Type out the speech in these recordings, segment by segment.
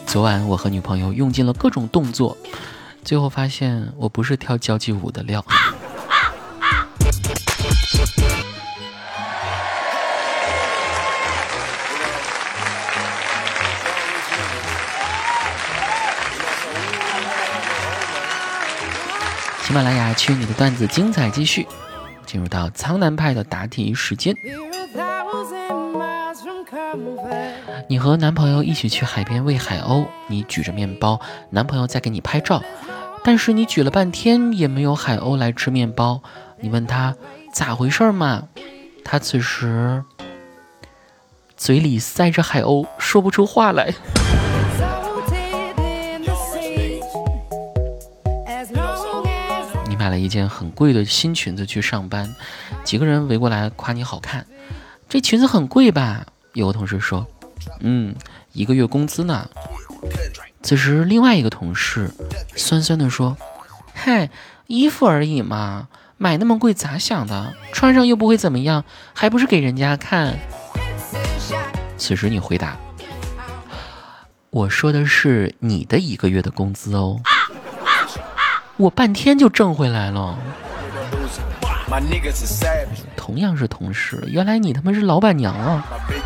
昨晚我和女朋友用尽了各种动作，最后发现我不是跳交际舞的料。喜马拉雅去你的段子精彩继续，进入到苍南派的答题时间。你和男朋友一起去海边喂海鸥，你举着面包，男朋友在给你拍照，但是你举了半天也没有海鸥来吃面包，你问他咋回事嘛？他此时嘴里塞着海鸥，说不出话来。你买了一件很贵的新裙子去上班，几个人围过来夸你好看，这裙子很贵吧？有个同事说，1个月工资呢。此时另外一个同事酸酸地说，嗨，衣服而已嘛，买那么贵咋想的？穿上又不会怎么样，还不是给人家看。此时你回答，我说的是你的1个月的工资哦，我半天就挣回来了。同样是同事，原来你他妈是老板娘啊！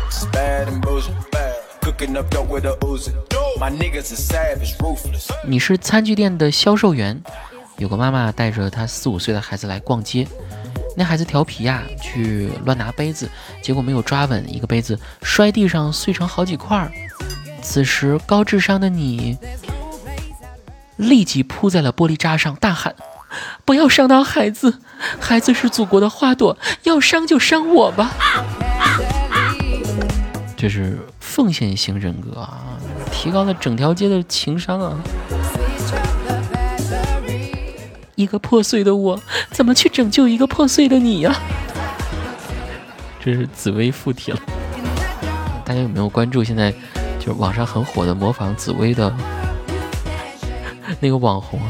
你是餐具店的销售员，有个妈妈带着她4、5岁的孩子来逛街，那孩子调皮呀，去乱拿杯子，结果没有抓稳，一个杯子摔地上碎成好几块。此时高智商的你立即扑在了玻璃渣上，大喊，不要伤到孩子，孩子是祖国的花朵，要伤就伤我吧。这是奉献型人格啊，提高了整条街的情商啊。一个破碎的我，怎么去拯救一个破碎的你呀？这是紫薇附体了。大家有没有关注现在就是网上很火的模仿紫薇的那个网红啊？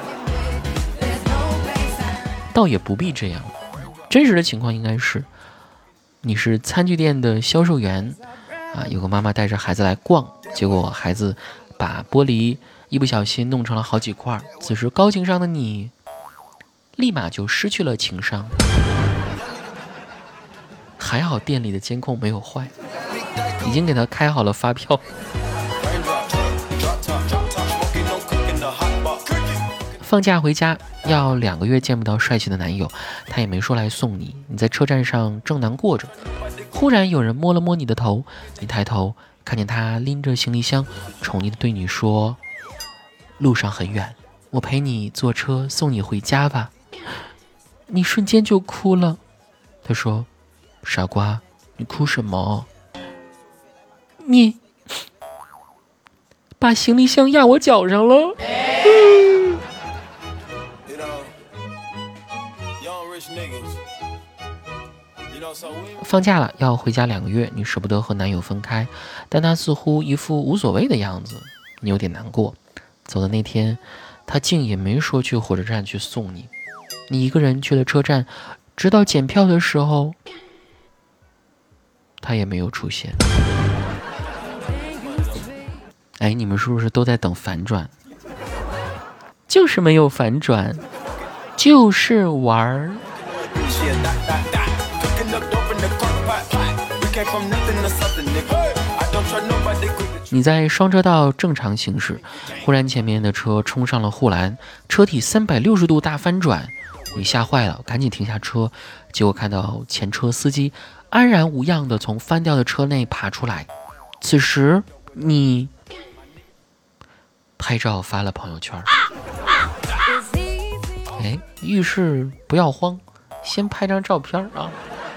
倒也不必这样，真实的情况应该是，你是餐具店的销售员啊，有个妈妈带着孩子来逛，结果孩子把玻璃一不小心弄成了好几块，此时高情商的你立马就失去了情商。还好店里的监控没有坏，已经给他开好了发票。放假回家要2个月见不到帅气的男友，他也没说来送你，你在车站上正难过着，忽然有人摸了摸你的头，你抬头看见他拎着行李箱，宠溺地对你说，路上很远，我陪你坐车送你回家吧。你瞬间就哭了。他说，傻瓜，你哭什么？你把行李箱压我脚上了。放假了要回家2个月，你舍不得和男友分开，但他似乎一副无所谓的样子，你有点难过。走的那天他竟也没说去火车站去送你，你一个人去了车站，直到检票的时候他也没有出现。哎，你们是不是都在等反转？就是没有反转，就是玩儿。你在双车道正常行驶，忽然前面的车冲上了护栏，车体360度大翻转，你吓坏了，赶紧停下车，结果看到前车司机安然无恙地从翻掉的车内爬出来。此时你拍照发了朋友圈。哎，遇事不要慌，先拍张照片啊。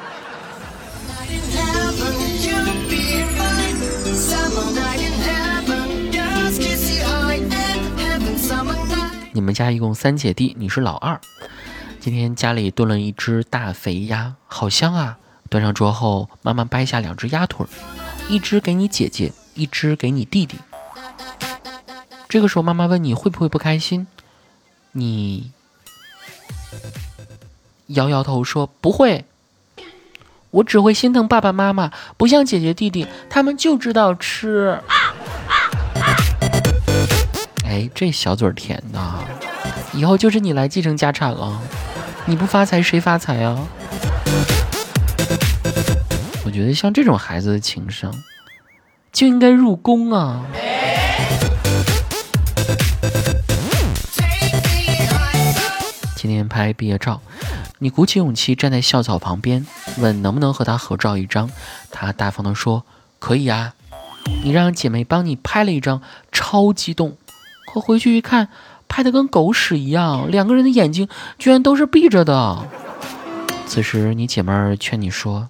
你们家一共3姐弟，你是老二。今天家里炖了一只大肥鸭，好香啊！端上桌后，妈妈掰下2只鸭腿，一只给你姐姐，一只给你弟弟。这个时候妈妈问你会不会不开心，你摇摇头说不会，我只会心疼爸爸妈妈，不像姐姐弟弟，他们就知道吃。 哎，这小嘴甜的，以后就是你来继承家产了，你不发财谁发财啊？我觉得像这种孩子的情商就应该入宫啊。今天拍毕业照，你鼓起勇气站在校草旁边，问能不能和他合照一张，他大方地说可以啊。你让姐妹帮你拍了一张，超激动，可回去一看，拍得跟狗屎一样，两个人的眼睛居然都是闭着的。此时你姐妹儿劝你说，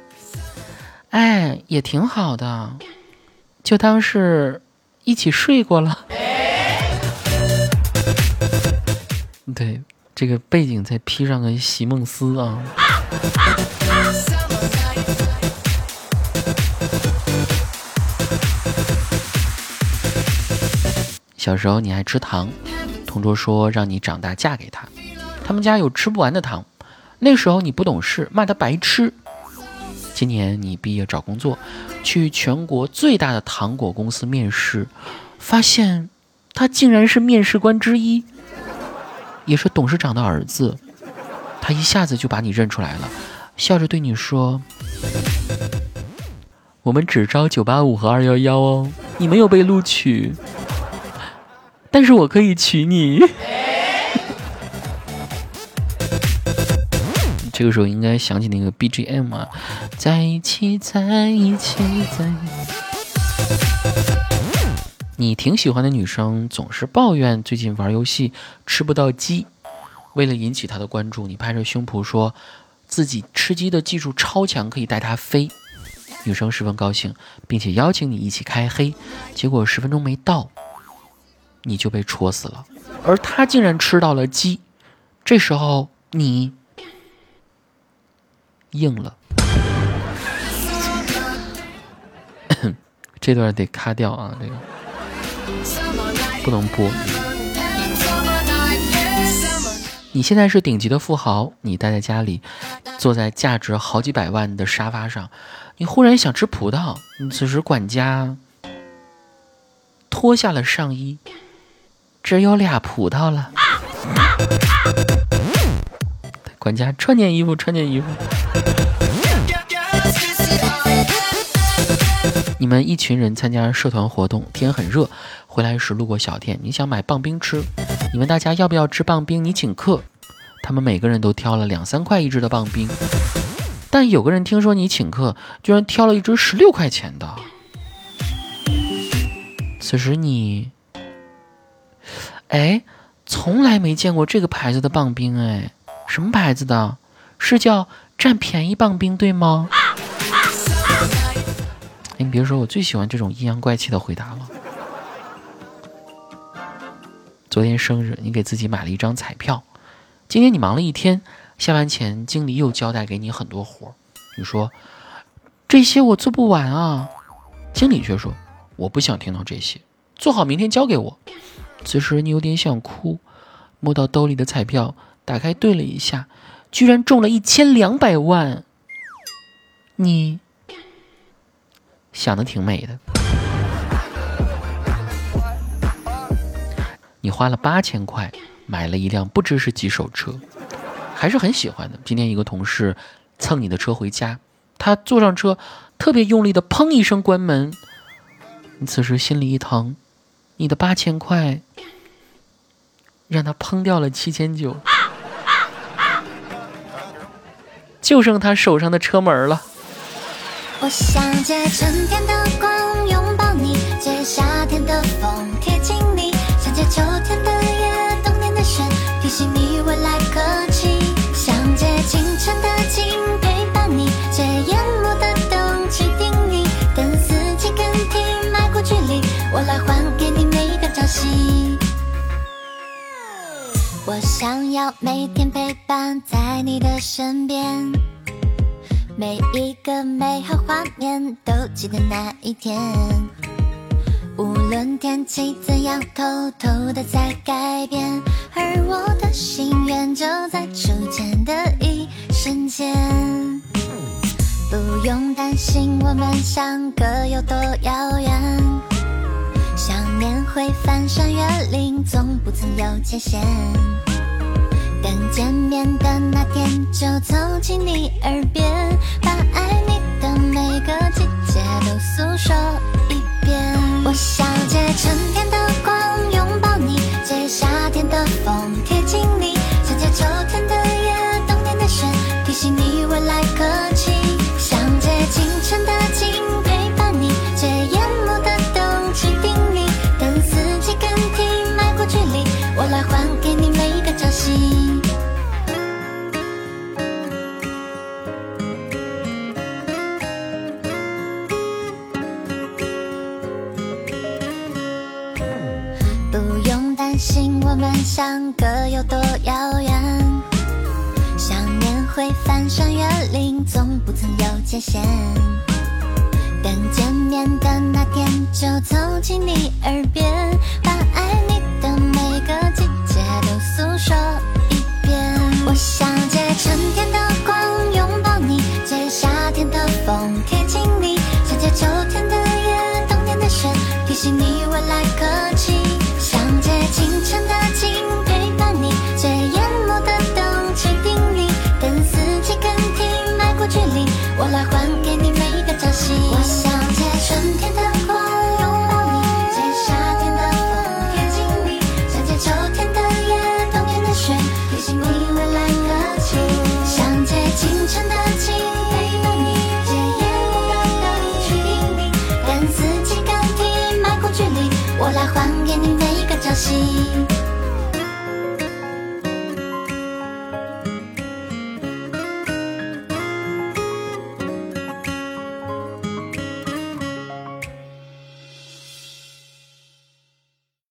哎，也挺好的，就当是一起睡过了。对，这个背景再披上个席梦思啊。小时候你爱吃糖，同桌说让你长大嫁给他，他们家有吃不完的糖，那时候你不懂事，骂他白痴。今年你毕业找工作，去全国最大的糖果公司面试，发现他竟然是面试官之一，也是董事长的儿子。他一下子就把你认出来了，笑着对你说，我们只招985和211哦，你没有被录取，但是我可以娶你。这个时候应该想起那个 BGM 啊，在一起在一起在一起。你挺喜欢的女生总是抱怨最近玩游戏吃不到鸡，为了引起她的关注，你拍着胸脯说自己吃鸡的技术超强，可以带她飞。女生十分高兴，并且邀请你一起开黑，结果10分钟没到你就被戳死了，而她竟然吃到了鸡。这时候你硬了。这段得卡掉啊，这个不能播。你现在是顶级的富豪，你待在家里，坐在价值好几百万的沙发上，你忽然想吃葡萄，此时管家脱下了上衣，只有2葡萄了。管家穿件衣服，穿件衣服。你们一群人参加社团活动，天很热，回来时路过小店，你想买棒冰吃，你问大家要不要吃棒冰，你请客，他们每个人都挑了2-3块一支的棒冰，但有个人听说你请客，居然挑了一支16块钱的。此时你从来没见过这个牌子的棒冰，什么牌子的？是叫占便宜棒冰对吗？你别说，我最喜欢这种阴阳怪气的回答了。昨天生日，你给自己买了一张彩票，今天你忙了一天，下班前经理又交代给你很多活，你说这些我做不完啊，经理却说我不想听到这些，做好明天交给我。此时你有点想哭，摸到兜里的彩票，打开对了一下，居然中了1200万。你想得挺美的。你花了8000块买了一辆不知是几手车，还是很喜欢的。今天一个同事蹭你的车回家，他坐上车特别用力的砰一声关门，你此时心里一疼，你的8000块让他砰掉了7900，就剩他手上的车门了。 我想借春天的光拥抱你，借夏天的风贴近你，想借秋天的夜冬天的雪提醒你未来可期，想借清晨的晴陪伴你，借淹没的冬季叮咛，等四季更替迈过距离，我来还给你每个朝夕。我想要每天陪伴在你的身边，每一个美好画面都记得那一天，无论天气怎样偷偷的在改变，而我的心愿就在出现的一瞬间。不用担心我们相隔有多遥远，想念会会翻山越岭，总不曾有界限。等见面的那天，就凑近你耳边，把爱你的每个季节都诉说一遍。我想借春天的光拥抱你，借夏天的风贴近你，想借秋天的夜，冬天的雪，提醒你未来可期。想借清晨的晴陪伴你，借淹没的冬去叮咛，等四季更替迈过距离，我来还给你每一个朝夕。不用担心我们相隔有多遥远，想念会翻山越岭，总不曾有界限。等见面的那天，就凑近你耳边，把爱你的每个季节都诉说一遍。我想借春天的光拥抱你，借夏天的风贴近你，想借秋天的夜，冬天的雪，提醒你未来可期。想借清晨的晴陪伴你，借淹没的冬去叮咛，等四季更替迈过距离，我来还给你每一个朝夕。我想借春天的光拥抱你，借夏天的风贴近你，想借秋天的夜，冬天的雪，提醒你未来可期。想借清晨的晴陪伴你，借淹没的冬去叮咛，等四季更替迈过距离，我来还给你每一个朝夕。